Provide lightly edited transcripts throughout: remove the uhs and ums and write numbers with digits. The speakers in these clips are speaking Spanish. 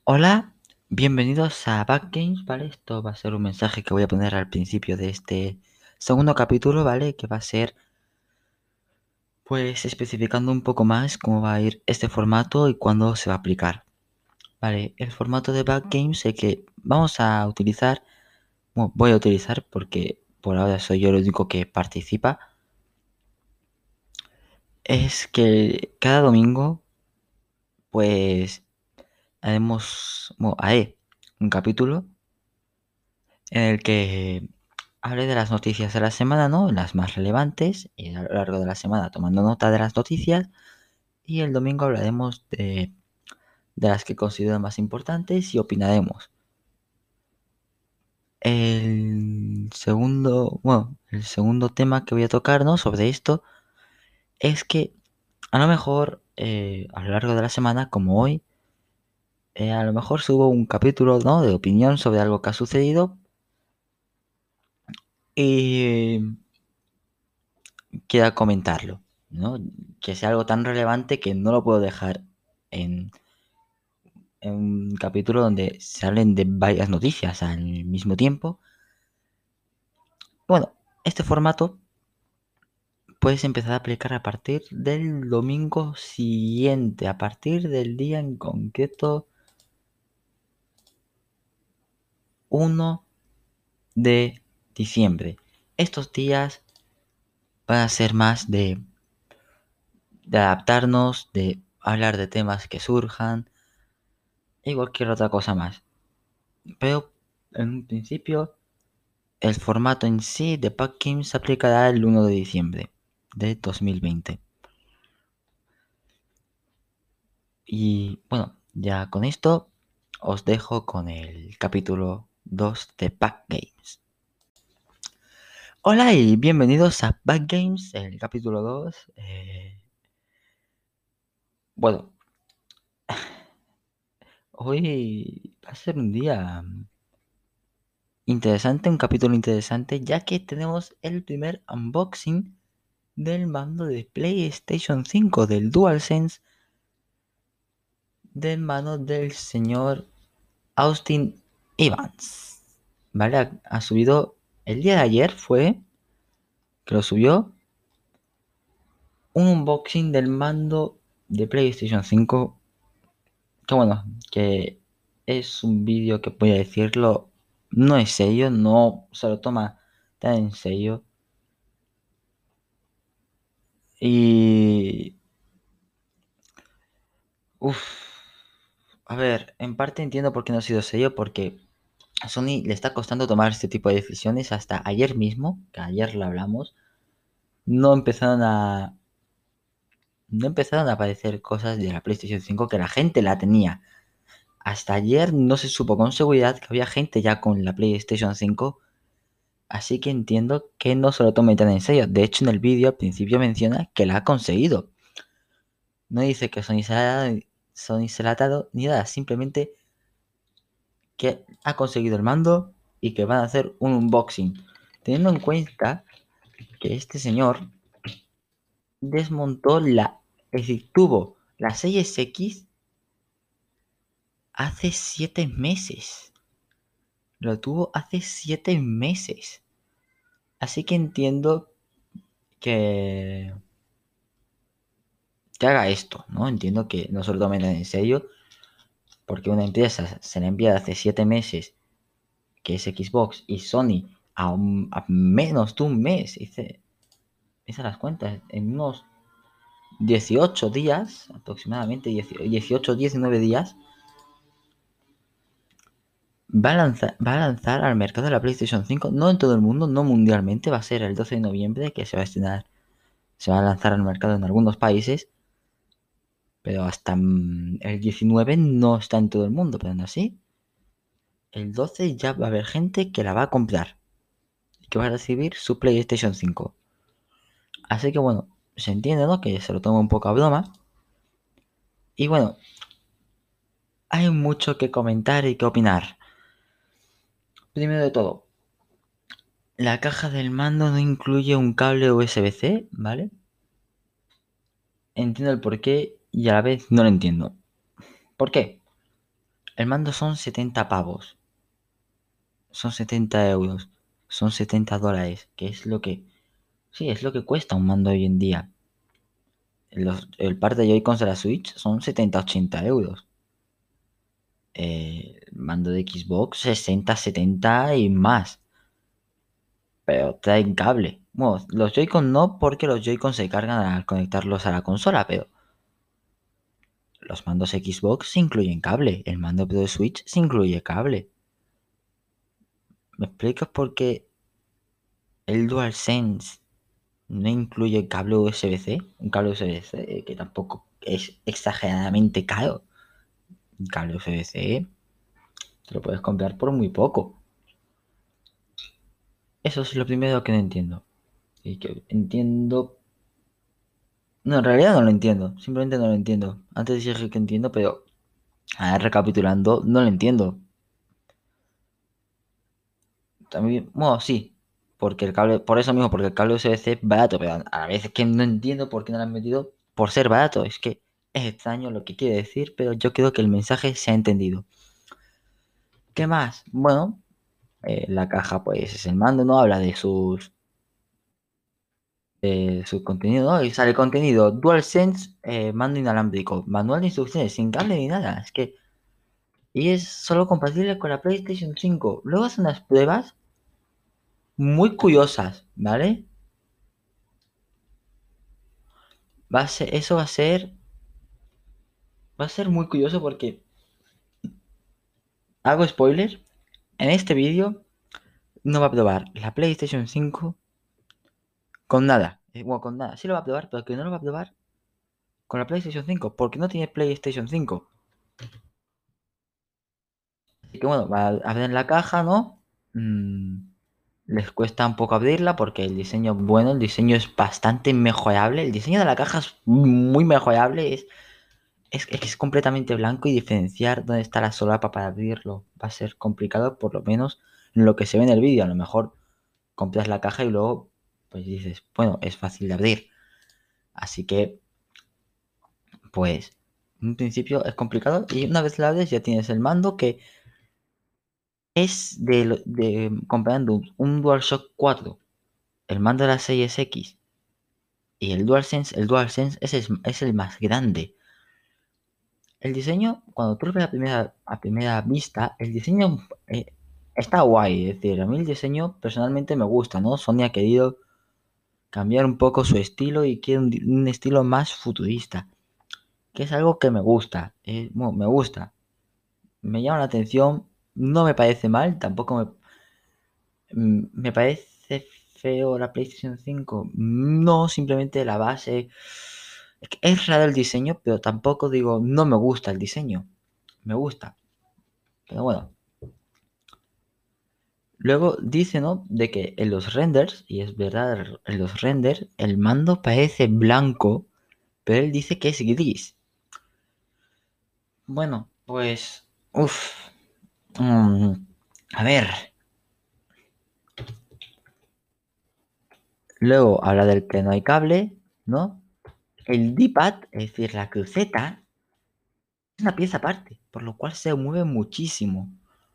Hola, bienvenidos a Back Games, ¿vale? Esto va a ser un mensaje que voy a poner al principio de este segundo capítulo, ¿vale? Que va a ser, pues, especificando un poco más cómo va a ir este formato y cuándo se va a aplicar. Vale, el formato de Back Games es que vamos a utilizar, bueno, voy a utilizar porque por ahora soy yo el único que participa, es que cada domingo, pues, haré un capítulo en el que hable de las noticias de la semana, ¿no? Las más relevantes, y a lo largo de la semana tomando nota de las noticias. Y el domingo hablaremos de las que considero más importantes y opinaremos. El segundo tema que voy a tocar, ¿no? Sobre esto es que a lo mejor a lo largo de la semana, como hoy, a lo mejor subo un capítulo, ¿no? De opinión sobre algo que ha sucedido y quiera comentarlo, ¿no? Que sea algo tan relevante que no lo puedo dejar en, en un capítulo donde se hablen de varias noticias al mismo tiempo. Bueno, este formato puedes empezar a aplicar a partir del domingo siguiente, a partir del día en concreto 1 de diciembre. Estos días van a ser más de adaptarnos, de hablar de temas que surjan y cualquier otra cosa más. Pero en un principio el formato en sí de Pack Games se aplicará el 1 de diciembre de 2020. Y bueno, ya con esto os dejo con el capítulo 2 de Pack Games. Hola y bienvenidos a Pack Games, el capítulo 2. Bueno, hoy va a ser un día interesante, un capítulo interesante, ya que tenemos el primer unboxing del mando de PlayStation 5 del DualSense de mano del señor Austin Evans. ¿Vale? Ha subido el día de ayer, fue que lo subió, un unboxing del mando de PlayStation 5. Que bueno, que es un vídeo que voy a decirlo, no es serio, no se lo toma tan en serio. Y... Uff. A ver, en parte entiendo por qué no ha sido serio, porque a Sony le está costando tomar este tipo de decisiones hasta ayer mismo, que ayer lo hablamos, no empezaron a no empezaron a aparecer cosas de la PlayStation 5 que la gente la tenía. Hasta ayer no se supo con seguridad que había gente ya con la PlayStation 5, así que entiendo que no se lo tome tan en serio. De hecho, en el vídeo al principio menciona que la ha conseguido. No dice que Sony se la ha dado ni nada, simplemente que ha conseguido el mando y que van a hacer un unboxing. Teniendo en cuenta que este señor desmontó es decir, tuvo la Series X hace 7 meses. Lo tuvo hace 7 meses. Así que entiendo que, que haga esto, ¿no? Entiendo que no se lo tomen en serio, porque una empresa se la envía hace 7 meses, que es Xbox, y Sony a menos de un mes, hice las cuentas, en unos 18 días, aproximadamente 18, 19 días, va a lanzar al mercado la PlayStation 5, no en todo el mundo, no mundialmente, va a ser el 12 de noviembre que se va a estrenar, se va a lanzar al mercado en algunos países, pero hasta el 19 no está en todo el mundo, pero aún así, el 12 ya va a haber gente que la va a comprar y que va a recibir su PlayStation 5. Así que bueno, se entiende, ¿no? Que se lo toma un poco a broma. Y bueno, hay mucho que comentar y que opinar. Primero de todo, la caja del mando no incluye un cable USB-C, ¿vale? Entiendo el porqué y a la vez no lo entiendo. ¿Por qué? El mando son 70 pavos. Son 70 euros. Son 70 dólares. Que es lo que... Sí, es lo que cuesta un mando hoy en día. El par de Joy-Cons de la Switch son 70-80 euros. El mando de Xbox 60-70 y más. Pero traen cable. Bueno, los Joy-Con no, porque los Joy-Con se cargan al conectarlos a la consola, pero los mandos Xbox se incluyen cable. El mando Pro de Switch se incluye cable. ¿Me explicas por qué el DualSense no incluye cable USB-C? Un cable USB-C que tampoco es exageradamente caro. Un cable USB-C te lo puedes comprar por muy poco. Eso es lo primero que no entiendo. Y que entiendo. No, en realidad no lo entiendo. Simplemente no lo entiendo. Antes dije que entiendo, pero ahora recapitulando, no lo entiendo. También, bueno, sí. Porque el cable, por eso mismo, porque el cable USB-C es barato, pero a la vez es que no entiendo por qué no lo han metido por ser barato. Es que es extraño lo que quiere decir, pero yo creo que el mensaje se ha entendido. ¿Qué más? Bueno, la caja, pues es el mando, ¿no? Habla de su contenido, ¿no? Y sale contenido DualSense, mando inalámbrico, manual de instrucciones, sin cable ni nada. Es que y es solo compatible con la PlayStation 5. Luego hace unas pruebas muy curiosas, ¿vale? Eso va a ser muy curioso porque hago spoiler. En este vídeo no va a probar la PlayStation 5 con nada. Bueno, con nada. Sí lo va a probar, pero que no lo va a probar con la PlayStation 5 porque no tiene PlayStation 5. Así que bueno, va a abrir la caja, ¿no? Mm, les cuesta un poco abrirla porque el diseño, bueno, el diseño es bastante mejorable. El diseño de la caja es muy mejorable. Es completamente blanco y diferenciar dónde está la solapa para abrirlo va a ser complicado, por lo menos en lo que se ve en el vídeo. A lo mejor compras la caja y luego pues dices, bueno, es fácil de abrir. Así que, pues, en un principio es complicado y una vez la abres ya tienes el mando que es comparando un DualShock 4, el mando de la Series X y el DualSense es el más grande. El diseño, cuando tú lo ves a primera vista, el diseño está guay. Es decir, a mí el diseño personalmente me gusta, ¿no? Sony ha querido cambiar un poco su estilo y quiere un estilo más futurista, que es algo que me gusta. Bueno, me gusta. Me llama la atención. No me parece mal, tampoco me parece feo la PlayStation 5. No, simplemente la base. Es raro el diseño, pero tampoco digo, no me gusta el diseño. Me gusta. Pero bueno. Luego dice, ¿no? De que en los renders, y es verdad, en los renders el mando parece blanco, pero él dice que es gris. Bueno, pues... Uff. A ver. Luego habla del que no hay cable, ¿no? El D-pad, es decir, la cruceta, es una pieza aparte, por lo cual se mueve muchísimo.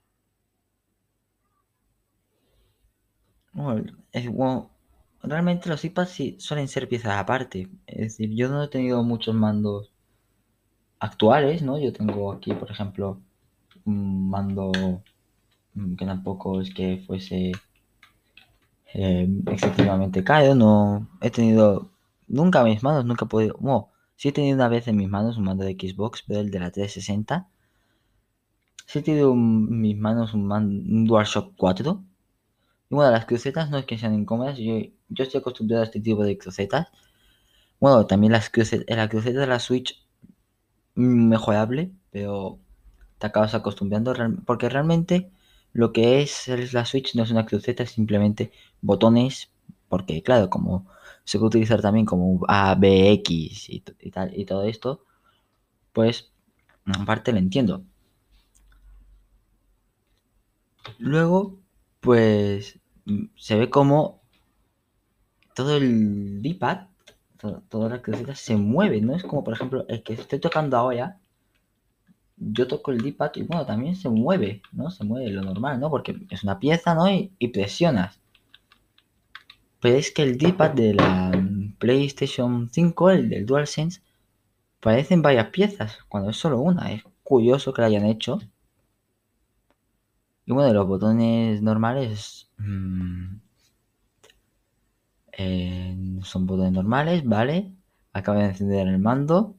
Bueno, realmente los iPads sí suelen ser piezas aparte. Es decir, yo no he tenido muchos mandos actuales, ¿no? Yo tengo aquí, por ejemplo, un mando que tampoco es que fuese excesivamente caro. No he tenido nunca en mis manos, nunca he podido. Bueno, sí he tenido una vez en mis manos un mando de Xbox, pero el de la 360. Sí he tenido en mis manos un DualShock 4. Y bueno, las crucetas no es que sean incómodas. Yo estoy acostumbrado a este tipo de crucetas. Bueno, también la cruceta de la Switch mejorable, pero te acabas acostumbrando porque realmente lo que es la Switch no es una cruceta, es simplemente botones, porque claro, como se puede utilizar también como A, B, X y tal y todo esto, pues aparte lo entiendo. Luego, pues se ve como todo el D-pad, toda la cruceta se mueve, ¿no? Es como por ejemplo el que estoy tocando ahora, yo toco el D-pad y bueno, también se mueve, ¿no? Se mueve lo normal, ¿no? Porque es una pieza, ¿no? Y presionas. Pero es que el D-pad de la PlayStation 5, el del DualSense, parecen varias piezas, cuando es solo una. Es curioso que lo hayan hecho. Y bueno, los botones normales son botones normales, ¿vale? Acaba de encender el mando.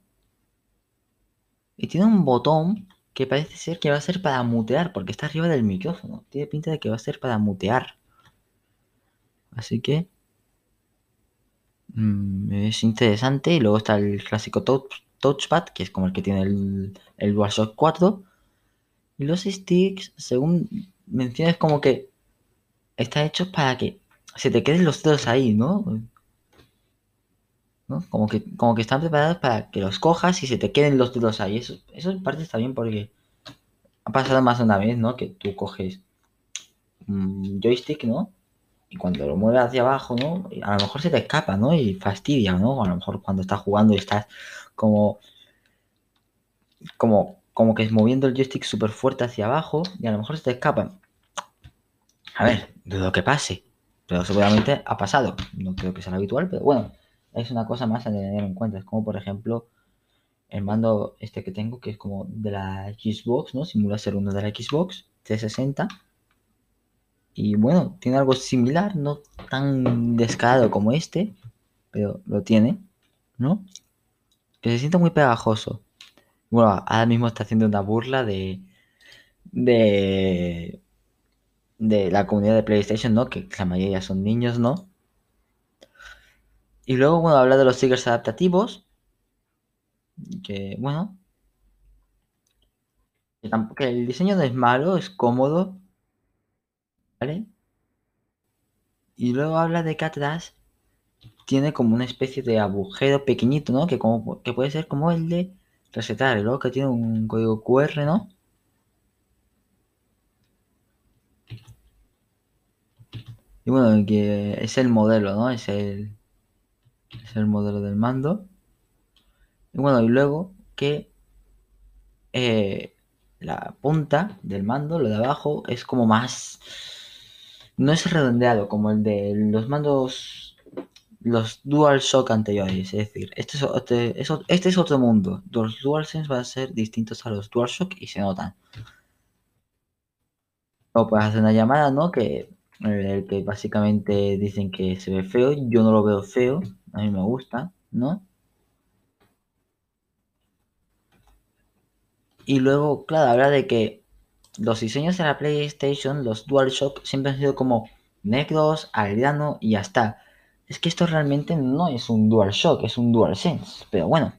Y tiene un botón que parece ser que va a ser para mutear, porque está arriba del micrófono. Tiene pinta de que va a ser para mutear. Así que es interesante. Y luego está el clásico touchpad, que es como el que tiene el DualShock 4. Y los sticks, según mencionas, como que está hecho para que se te queden los dedos ahí, ¿no? ¿No? Como que están preparados para que los cojas y se te queden los dedos ahí. Eso en parte está bien porque ha pasado más de una vez, ¿no? Que tú coges un joystick, ¿no? Y cuando lo mueves hacia abajo, ¿no? A lo mejor se te escapa, ¿no? Y fastidia, ¿no? A lo mejor cuando estás jugando y estás como, como que es moviendo el joystick súper fuerte hacia abajo y a lo mejor se te escapa. A ver, dudo que pase, pero seguramente ha pasado. No creo que sea lo habitual, pero bueno, es una cosa más a tener en cuenta. Es como, por ejemplo, el mando este que tengo, que es como de la Xbox, ¿no? Simula ser uno de la Xbox 360. Y bueno, tiene algo similar, no tan descarado como este, pero lo tiene, ¿no? Que se siente muy pegajoso. Bueno, ahora mismo está haciendo una burla de, de la comunidad de PlayStation, ¿no? Que la mayoría son niños, ¿no? Y luego, bueno, habla de los triggers adaptativos, que bueno, que el diseño no es malo, es cómodo, ¿vale? Y luego habla de que atrás tiene como una especie de agujero pequeñito, ¿no? Que puede ser como el de resetar, y luego que tiene un código QR, ¿no? Y bueno, que es el modelo, ¿no? Es el modelo del mando. Y bueno, y luego que eh, la punta del mando, lo de abajo, es como más... No es redondeado como el de los mandos, los DualShock anteriores. Es decir, este es otro mundo. Los DualSense van a ser distintos a los DualShock y se notan. O puedes hacer una llamada, ¿no? El que básicamente dicen que se ve feo. Yo no lo veo feo. A mí me gusta, ¿no? Y luego, claro, habla de que los diseños de la PlayStation, los DualShock, siempre han sido como negros, al grano y ya está. Es que esto realmente no es un DualShock, es un DualSense. Pero bueno.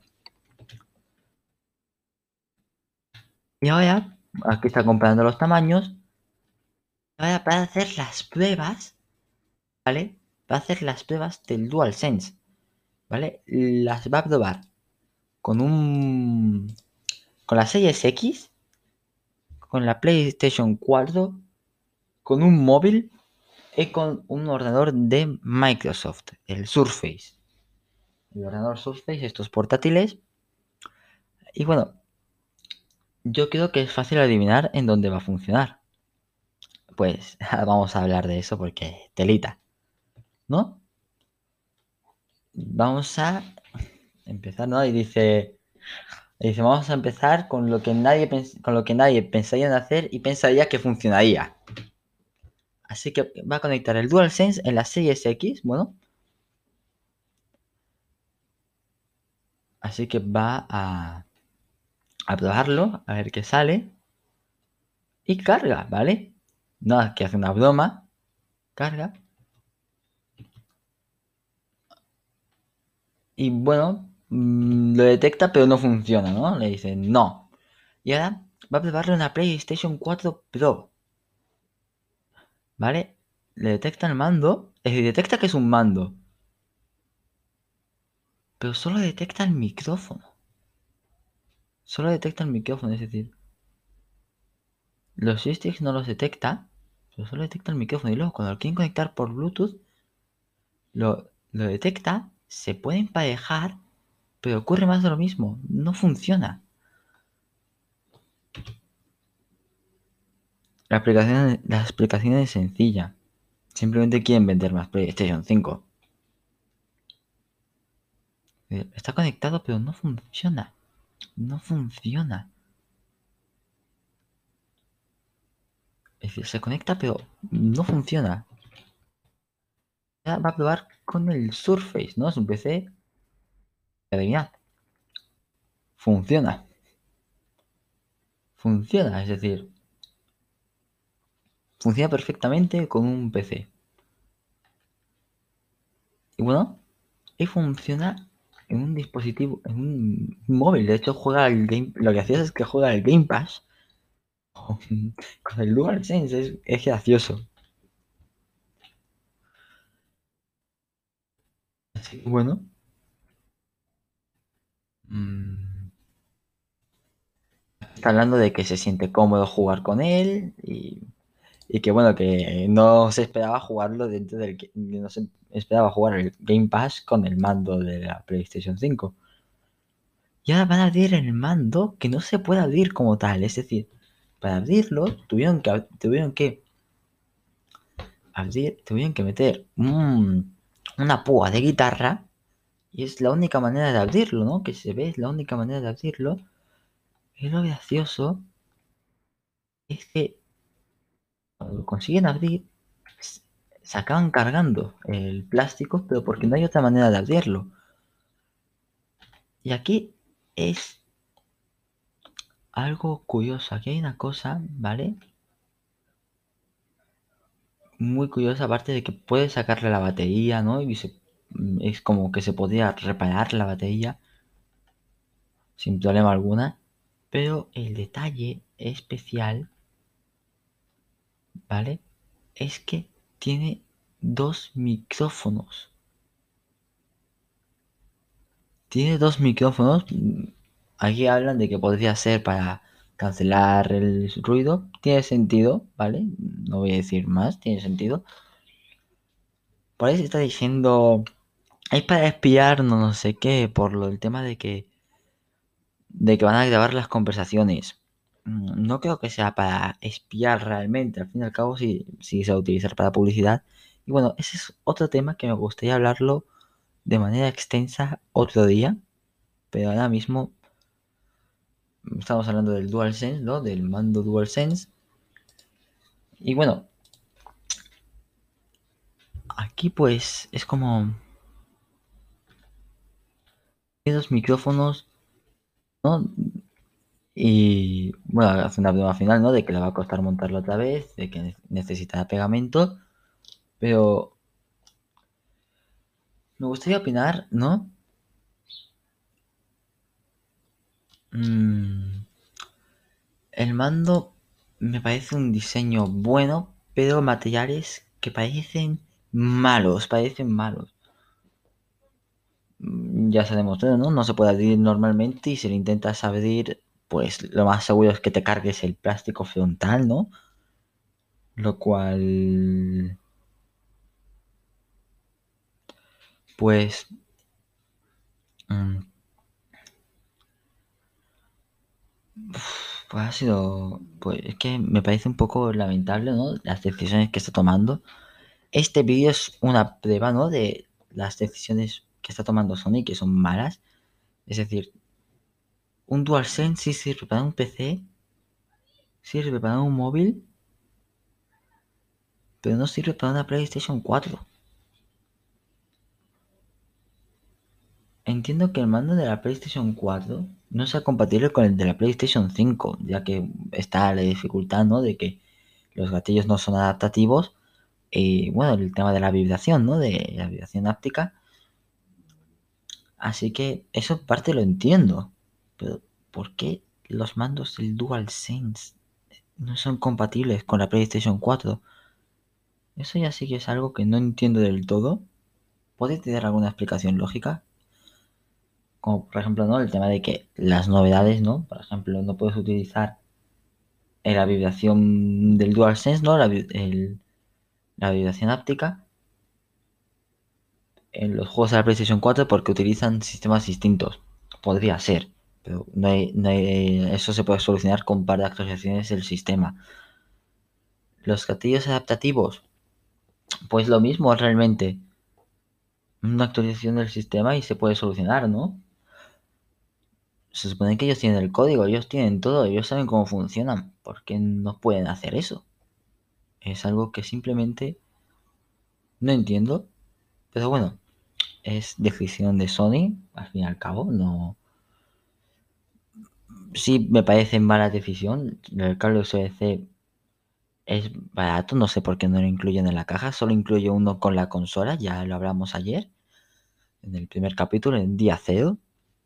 Y ahora, aquí está comparando los tamaños. Ahora para hacer las pruebas, ¿vale? Para hacer las pruebas del DualSense, ¿vale? Las va a probar con con la Series X, con la PlayStation 4, con un móvil y con un ordenador de Microsoft, el Surface. El ordenador Surface, estos portátiles. Y bueno, yo creo que es fácil adivinar en dónde va a funcionar. Pues vamos a hablar de eso porque telita, ¿no? Vamos a empezar, ¿no? Y dice, vamos a empezar con lo que nadie pensaría en hacer y pensaría que funcionaría. Así que va a conectar el DualSense en la Series X, bueno. Así que va a probarlo, a ver qué sale. Y carga, ¿vale? Nada, que hace una broma. Carga. Y bueno, lo detecta pero no funciona, ¿no? Le dice no. Y ahora va a probarle una PlayStation 4 Pro. ¿Vale? Le detecta el mando. Es decir, detecta que es un mando. Pero solo detecta el micrófono. Solo detecta el micrófono, es decir, los joysticks no los detecta, pero solo detecta el micrófono. Y luego cuando lo quieren conectar por Bluetooth, lo detecta, se puede emparejar, pero ocurre más de lo mismo. No funciona. La explicación es sencilla. Simplemente quieren vender más PlayStation 5. Está conectado, pero no funciona. No funciona. Es decir, se conecta, pero no funciona. Ya va a probar con el Surface, ¿no? Es un PC. Adivinad. Funciona. Funciona, es decir, funciona perfectamente con un PC. Y bueno, y funciona en un dispositivo, en un móvil. De hecho, juega el Game. Lo que hacías es que juega el Game Pass con, con el DualSense. Es gracioso. Así que bueno. mm, Está hablando de que se siente cómodo jugar con él y que bueno, que no se esperaba jugarlo dentro del. No se esperaba jugar el Game Pass con el mando de la PlayStation 5. Y ahora van a abrir el mando que no se puede abrir como tal. Es decir, para abrirlo tuvieron que meter una púa de guitarra y es la única manera de abrirlo, ¿no? Que se ve, es la única manera de abrirlo. Y lo gracioso es que cuando lo consiguen abrir, se acaban cargando el plástico, pero porque no hay otra manera de abrirlo. Y aquí es algo curioso. Aquí hay una cosa, ¿vale? Muy curiosa, aparte de que puedes sacarle la batería, ¿no? Es como que se podía reparar la batería sin problema alguna. Pero el detalle especial, ¿vale? Es que tiene dos micrófonos. Tiene dos micrófonos. Aquí hablan de que podría ser para cancelar el ruido. Tiene sentido, ¿vale? No voy a decir más, tiene sentido. Por ahí se está diciendo, es para espiar, no sé qué, por lo del tema de que van a grabar las conversaciones. No creo que sea para espiar realmente, al fin y al cabo sí se va a utilizar para publicidad. Y bueno, ese es otro tema que me gustaría hablarlo de manera extensa otro día, pero ahora mismo estamos hablando del DualSense, ¿no? Del mando DualSense. Y bueno, aquí pues es como esos micrófonos, ¿no? Y bueno, hace una broma final, ¿no? De que le va a costar montarlo otra vez, de que necesita pegamento. Pero me gustaría opinar, ¿no? Mm, el mando me parece un diseño bueno, pero materiales que parecen malos, parecen malos. Ya se ha demostrado, ¿no? No se puede abrir normalmente y si lo intentas abrir, pues lo más seguro es que te cargues el plástico frontal, ¿no? Lo cual, pues, mm, pues ha sido, pues es que me parece un poco lamentable, ¿no? Las decisiones que está tomando. Este vídeo es una prueba, ¿no? De las decisiones que está tomando Sony, que son malas. Es decir, un DualSense sí sirve para un PC, sirve para un móvil, pero no sirve para una PlayStation 4. Entiendo que el mando de la PlayStation 4 no sea compatible con el de la PlayStation 5, ya que está la dificultad, ¿no? De que los gatillos no son adaptativos. Y bueno, el tema de la vibración, ¿no? De la vibración áptica. Así que eso en parte lo entiendo. Pero ¿por qué los mandos del DualSense no son compatibles con la PlayStation 4? Eso ya sí que es algo que no entiendo del todo. ¿Puede tener alguna explicación lógica? Como por ejemplo, ¿no? El tema de que las novedades, ¿no? Por ejemplo, no puedes utilizar la vibración del DualSense, ¿no? La vibración áptica en los juegos de la PlayStation 4 porque utilizan sistemas distintos. Podría ser, pero eso se puede solucionar con un par de actualizaciones del sistema. Los gatillos adaptativos, pues lo mismo realmente. Una actualización del sistema y se puede solucionar, ¿no? Se supone que ellos tienen el código, ellos tienen todo, ellos saben cómo funcionan. ¿Por qué no pueden hacer eso? Es algo que simplemente no entiendo. Pero bueno, es decisión de Sony, al fin y al cabo. No. Sí me parece mala decisión. El cable USB-C es barato, no sé por qué no lo incluyen en la caja. Solo incluye uno con la consola, ya lo hablamos ayer. En el primer capítulo, en día cero.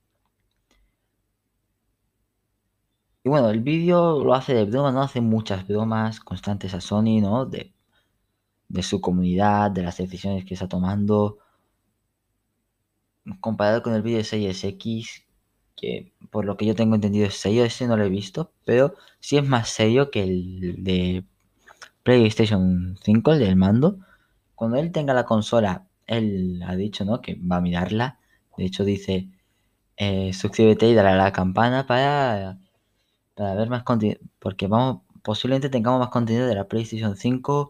Y bueno, el vídeo lo hace de broma, ¿no? Hace muchas bromas constantes a Sony, ¿no? De su comunidad, de las decisiones que está tomando. Comparado con el vídeo de Series X, que por lo que yo tengo entendido es serio, ese no lo he visto, pero sí es más serio que el de PlayStation 5, el del mando. Cuando él tenga la consola, él ha dicho, ¿no? Que va a mirarla. De hecho dice, suscríbete y dale a la campana para ver más contenido, porque posiblemente tengamos más contenido de la PlayStation 5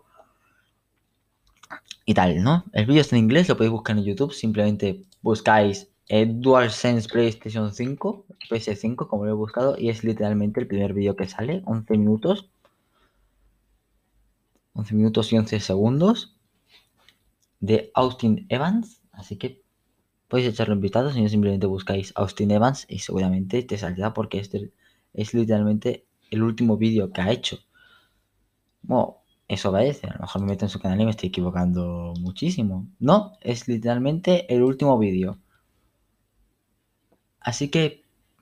y tal, ¿no? El vídeo está en inglés, lo podéis buscar en YouTube, simplemente buscáis DualSense PlayStation 5, PS5, como lo he buscado, y es literalmente el primer vídeo que sale, 11 minutos, 11 minutos y 11 segundos, de Austin Evans, así que podéis echarle un vistazo, si no simplemente buscáis Austin Evans y seguramente te saldrá porque este es literalmente el último vídeo que ha hecho. Bueno, eso parece, a lo mejor me meto en su canal y me estoy equivocando muchísimo. No, es literalmente el último vídeo. Así que,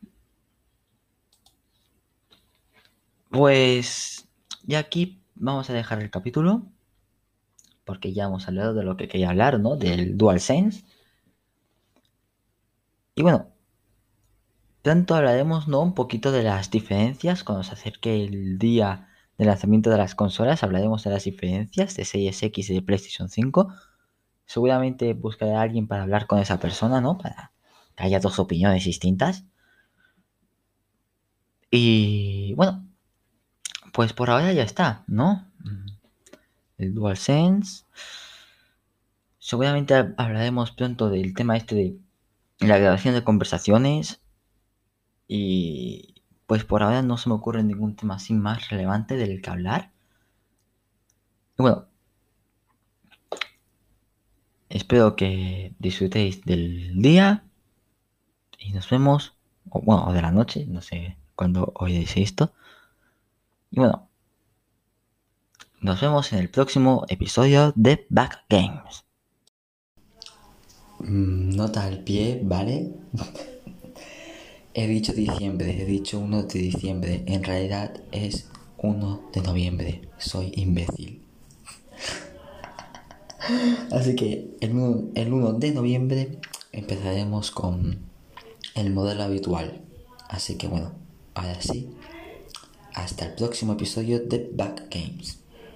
pues, ya aquí vamos a dejar el capítulo, porque ya hemos hablado de lo que quería hablar, ¿no? Del DualSense. Y bueno, pronto hablaremos, ¿no? Un poquito de las diferencias cuando se acerque el día de lanzamiento de las consolas. Hablaremos de las diferencias de Series X y de PlayStation 5. Seguramente buscaré a alguien para hablar con esa persona, ¿no? Para que haya dos opiniones distintas. Y bueno, pues por ahora ya está, ¿no? El DualSense. Seguramente hablaremos pronto del tema este de la grabación de conversaciones. Y pues por ahora no se me ocurre ningún tema así más relevante del que hablar. Y bueno, espero que disfrutéis del día y nos vemos, o bueno, o de la noche, no sé cuándo oiréis esto. Y bueno, nos vemos en el próximo episodio de Back Games. Nota al pie, ¿vale? He dicho diciembre, he dicho 1 de diciembre. En realidad es 1 de noviembre. Soy imbécil. Así que el 1 de noviembre empezaremos con el modelo habitual. Así que bueno, ahora sí, hasta el próximo episodio de Back Games.